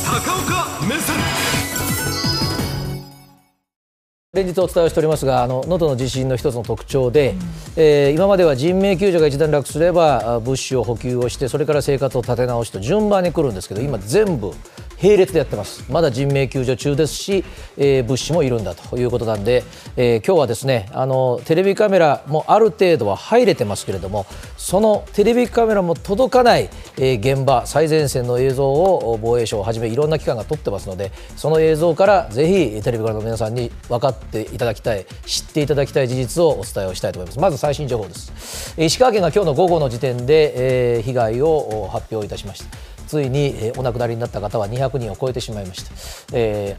高岡目線。 連日お伝えしておりますが、能登の地震の一つの特徴で、今までは人命救助が一段落すれば物資を補給をして、それから生活を立て直しと順番に来るんですけど、今全部並列でやってます。まだ人命救助中ですし、物資もいるんだということなんで、今日はですね、テレビカメラもある程度は入れてますけれども、そのテレビカメラも届かない、現場最前線の映像を防衛省をはじめいろんな機関が撮ってますので、その映像からぜひテレビからの皆さんに分かっていただきたい、知っていただきたい事実をお伝えをしたいと思います。まず最新情報です。石川県が今日の午後の時点で、被害を発表いたしました。ついにお亡くなりになった方は200人を超えてしまいました。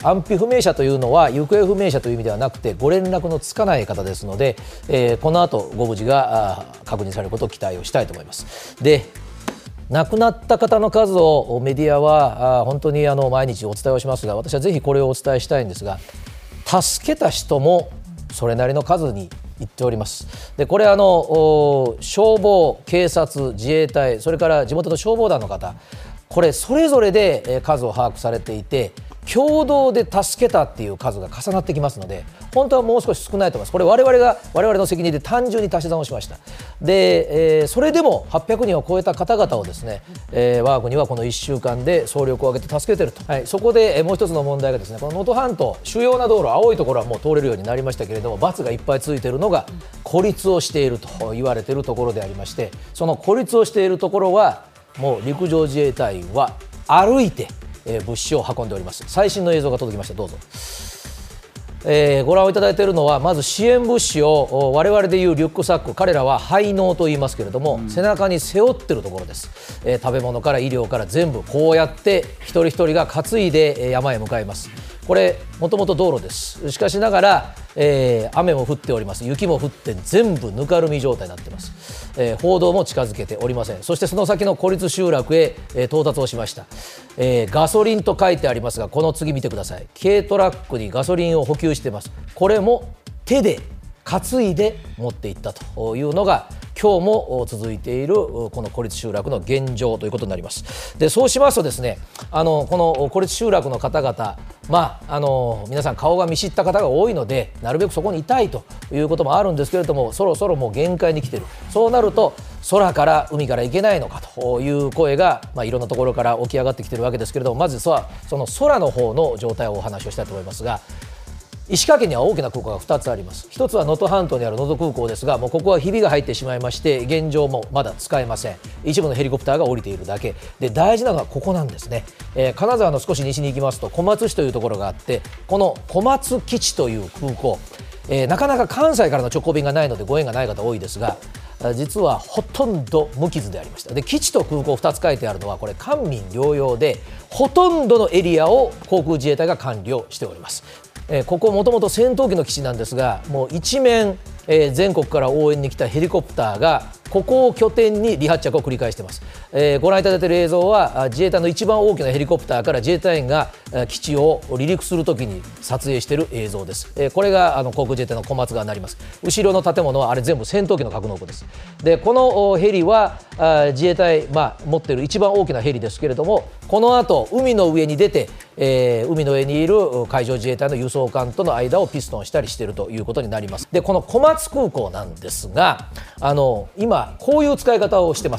安否不明者というのは行方不明者という意味ではなくて、ご連絡のつかない方ですので、この後ご無事が確認されることを期待をしたいと思います。で、亡くなった方の数をメディアは本当に毎日お伝えをしますが、私はぜひこれをお伝えしたいんですが、助けた人もそれなりの数に言っております。で、これ消防、警察、自衛隊、それから地元の消防団の方、これそれぞれで数を把握されていて、共同で助けたっていう数が重なってきますので、本当はもう少し少ないと思います。これ我々の責任で単純に足し算をしました。で、それでも800人を超えた方々をですね、我が国はこの1週間で総力を挙げて助けていると、そこでもう一つの問題がですね、この能登半島主要な道路、青いところはもう通れるようになりましたけれども、×がいっぱいついているのが孤立をしていると言われているところでありまして、その孤立をしているところはもう陸上自衛隊は歩いて物資を運んでおります。最新の映像が届きました。どうぞ。ご覧いただいているのは、まず支援物資を我々でいうリュックサック、彼らは背嚢と言いますけれども、背中に背負っているところです。食べ物から医療から全部こうやって一人一人が担いで山へ向かいます。これもともと道路です。しかしながら、雨も降っております。雪も降って全部ぬかるみ状態になっています。報道も近づけておりません。そしてその先の孤立集落へ、到達をしました。ガソリンと書いてありますが、この次見てください。軽トラックにガソリンを補給しています。これも手で担いで持っていったというのが今日も続いているこの孤立集落の現状ということになります。で、そうしますとですね、この孤立集落の方々、皆さん顔が見知った方が多いので、なるべくそこにいたいということもあるんですけれども、そろそろもう限界に来ている。そうなると空から海から行けないのかという声が、いろんなところから起き上がってきているわけですけれども、まずはその空の方の状態をお話をしたいと思いますが、石川県には大きな空港が2つあります。1つは能登半島にある能登空港ですが、もうここはひびが入ってしまいまして、現状もまだ使えません。一部のヘリコプターが降りているだけで、大事なのはここなんですね。金沢の少し西に行きますと小松市というところがあって、この小松基地という空港、なかなか関西からの直行便がないのでご縁がない方多いですが、実はほとんど無傷でありました。で、基地と空港2つ書いてあるのは、これ官民両用で、ほとんどのエリアを航空自衛隊が管理をしております。ここもともと戦闘機の基地なんですが、もう一面、全国から応援に来たヘリコプターがここを拠点に離発着を繰り返しています。ご覧いただいている映像は自衛隊の一番大きなヘリコプターから自衛隊員が基地を離陸するときに撮影している映像です。これが航空自衛隊の小松川になります。後ろの建物はあれ全部戦闘機の格納庫です。で、このヘリは自衛隊、持っている一番大きなヘリですけれども、この後海の上に出て、海の上にいる海上自衛隊の輸送艦との間をピストンしたりしているということになります。で、この小松空港なんですが、今こういう使い方をしてます。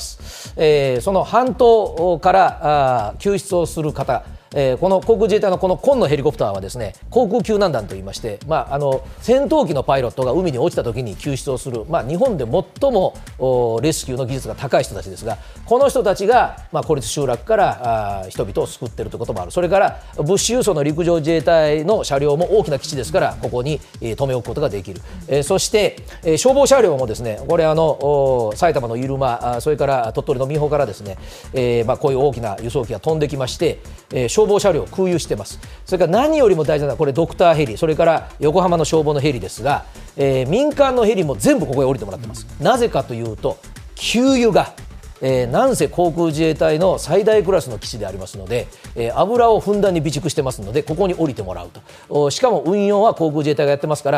その半島から救出をする方、この航空自衛隊のこの紺のヘリコプターはですね、航空救難団といいまして、戦闘機のパイロットが海に落ちた時に救出をする、日本で最もレスキューの技術が高い人たちですが、この人たちが、孤立集落から人々を救っているということもある。それから物資輸送の陸上自衛隊の車両も大きな基地ですから、ここに止め置くことができる。そして消防車両もですね、これ埼玉の入間、それから鳥取の美保からですね、こういう大きな輸送機が飛んできまして、消防車両を空輸しています。それから何よりも大事なのはこれドクターヘリ、それから横浜の消防のヘリですが、民間のヘリも全部ここへ降りてもらってます。なぜかというと、給油がなんせ航空自衛隊の最大クラスの基地でありますので、油をふんだんに備蓄してますので、ここに降りてもらうと。しかも運用は航空自衛隊がやってますから、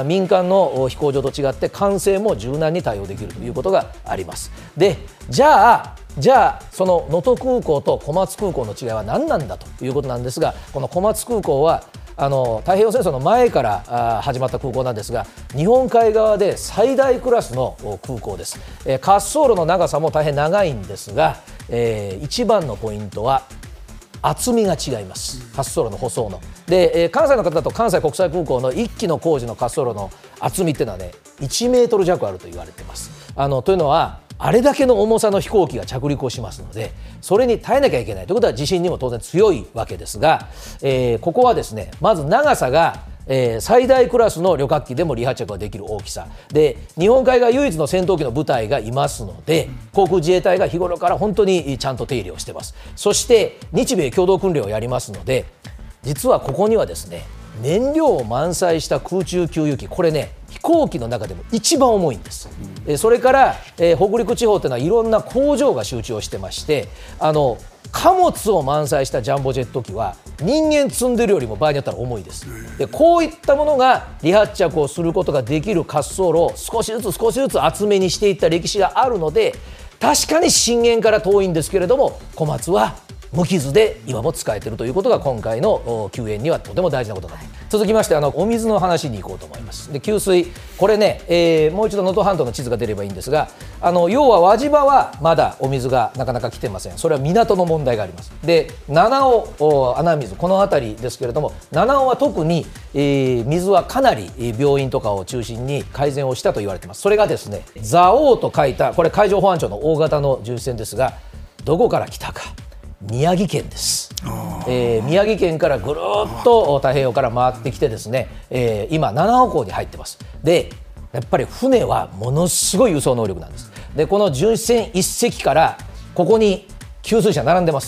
民間の飛行場と違って管制も柔軟に対応できるということがあります。で、じゃあじゃあその能登空港と小松空港の違いは何なんだということなんですが、この小松空港は太平洋戦争の前から始まった空港なんですが、日本海側で最大クラスの空港です。滑走路の長さも大変長いんですが、一番のポイントは厚みが違います。滑走路の舗装ので、関西の方だと関西国際空港の1基の工事の滑走路の厚みっていうのはね、1メートル弱あると言われています。というのはあれだけの重さの飛行機が着陸をしますので、それに耐えなきゃいけないということは地震にも当然強いわけですが、ここはですね、まず長さが最大クラスの旅客機でも離発着ができる大きさで、日本海が唯一の戦闘機の部隊がいますので、航空自衛隊が日頃から本当にちゃんと手入れをしています。そして日米共同訓練をやりますので、実はここにはですね、燃料を満載した空中給油機、これね、飛行機の中でも一番重いんです。それから、北陸地方というのはいろんな工場が集中をしてまして、貨物を満載したジャンボジェット機は人間積んでるよりも場合によったら重いです。でこういったものが離発着をすることができる滑走路を少しずつ厚めにしていった歴史があるので、確かに震源から遠いんですけれども、小松は無傷で今も使えているということが今回の救援にはとても大事なことだ。続きましてお水の話に行こうと思います。で給水、これね、もう一度能登半島の地図が出ればいいんですが、要は輪島はまだお水がなかなか来てません。それは港の問題があります。で七尾、穴水、この辺りですけれども、七尾は特に、水はかなり病院とかを中心に改善をしたと言われています。それがですね、蔵王と書いた、これ海上保安庁の大型の巡視船ですが、どこから来たか、宮城県です。宮城県からぐるっと太平洋から回ってきてですね、今七尾港に入ってます。でやっぱり船はものすごい輸送能力なんです。でこの巡視船1隻からここに給水車並んでます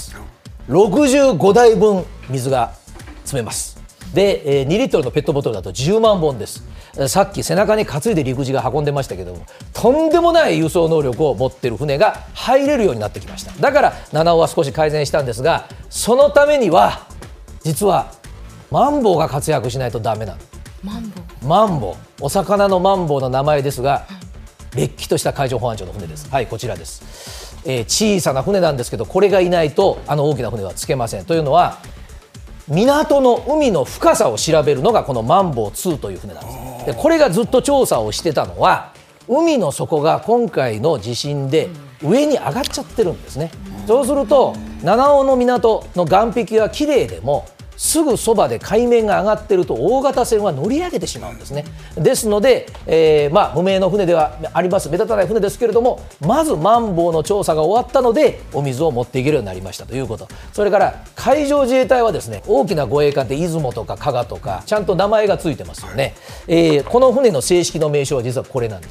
。65台分水が積めます。で2リットルのペットボトルだと10万本です。さっき背中に担いで陸自が運んでましたけども、とんでもない輸送能力を持っている船が入れるようになってきました。だから七尾は少し改善したんですが、そのためには実はマンボウが活躍しないとダメなの。マンボウ、お魚のマンボウの名前ですが、れっきとした海上保安庁の船です。はい、こちらです。小さな船なんですけど、これがいないと大きな船はつけません。というのは港の海の深さを調べるのがこのマンボウ2という船なんです。でこれがずっと調査をしてたのは、海の底が今回の地震で上に上がっちゃってるんですね。そうすると七尾の港の岸壁は綺麗でも、すぐそばで海面が上がっていると大型船は乗り上げてしまうんですね。ですので、無名の船ではあります、目立たない船ですけれども、まずマンボウの調査が終わったのでお水を持っていけるようになりましたということ。それから海上自衛隊はですね、大きな護衛艦って出雲とか加賀とかちゃんと名前がついてますよね。この船の正式の名称は実はこれなんです。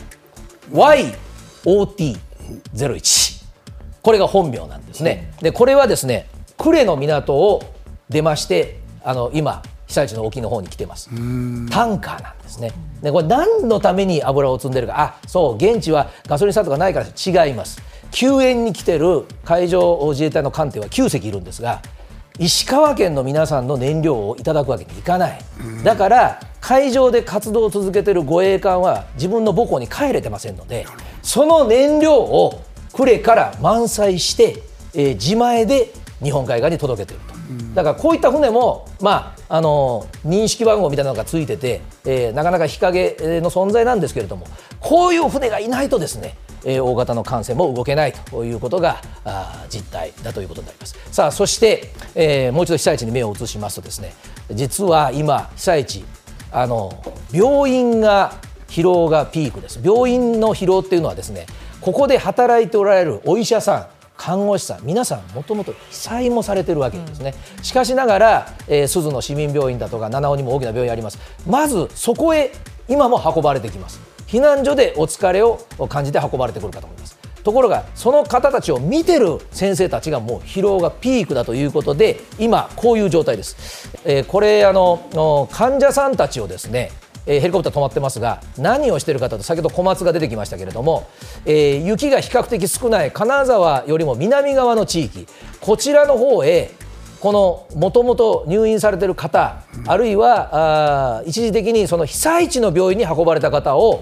YOT01、 これが本名なんですね。でこれはですね、呉の港を出まして、今被災地の沖の方に来てます。タンカーなんですね。でこれ何のために油を積んでるか、そう、現地はガソリンスタンドがないから違います。救援に来てる海上自衛隊の艦艇は9隻いるんですが、石川県の皆さんの燃料をいただくわけにいかない。だから海上で活動を続けている護衛艦は自分の母港に帰れてませんので、その燃料を呉から満載して、自前で日本海側に届けていると。だからこういった船も、認識番号みたいなのがついてて、なかなか日陰の存在なんですけれども、こういう船がいないとですね、大型の艦船も動けないということが実態だということになります。さあそして、もう一度被災地に目を移しますとですね、実は今被災地、病院が疲労がピークです。病院の疲労っていうのはですね、ここで働いておられるお医者さん、看護師さん、皆さんもともと被災もされているわけですね。しかしながら、珠洲の市民病院だとか七尾にも大きな病院あります。まずそこへ今も運ばれてきます。避難所でお疲れを感じて運ばれてくるかと思います。ところがその方たちを見てる先生たちがもう疲労がピークだということで、今こういう状態です。これ患者さんたちをですね、ヘリコプター止まってますが、何をしているかというと、先ほど小松が出てきましたけれども、雪が比較的少ない金沢よりも南側の地域、こちらの方へこのもともと入院されている方、あるいは一時的にその被災地の病院に運ばれた方を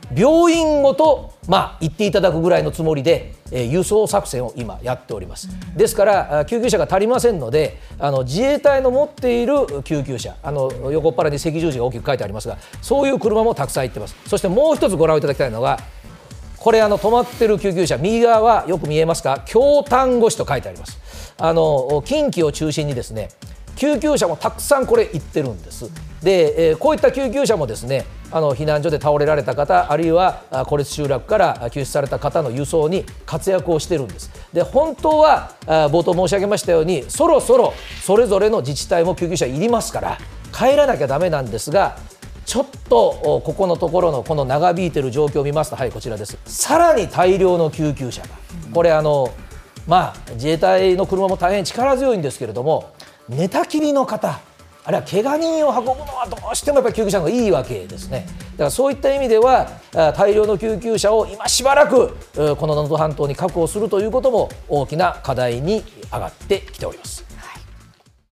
病院ごと、行っていただくぐらいのつもりで、輸送作戦を今やっております。ですから救急車が足りませんので、自衛隊の持っている救急車、横っ腹に赤十字が大きく書いてありますが、そういう車もたくさん行ってます。そしてもう一つご覧いただきたいのが、これ止まってる救急車、右側はよく見えますか、京丹後市と書いてあります。近畿を中心にですね、救急車もたくさんこれ行ってるんです。で、こういった救急車もですね、避難所で倒れられた方、あるいは孤立集落から救出された方の輸送に活躍をしてるんです。で、本当は冒頭申し上げましたように、そろそろそれぞれの自治体も救急車いりますから帰らなきゃダメなんですが、ちょっとここのところのこの長引いている状況を見ますと、はい、こちらです。さらに大量の救急車が、これ自衛隊の車も大変力強いんですけれども、寝たきりの方、あるいは怪我人を運ぶのはどうしてもやっぱり救急車の方がいいわけですね。だからそういった意味では大量の救急車を今しばらくこの能登半島に確保するということも大きな課題に上がってきております。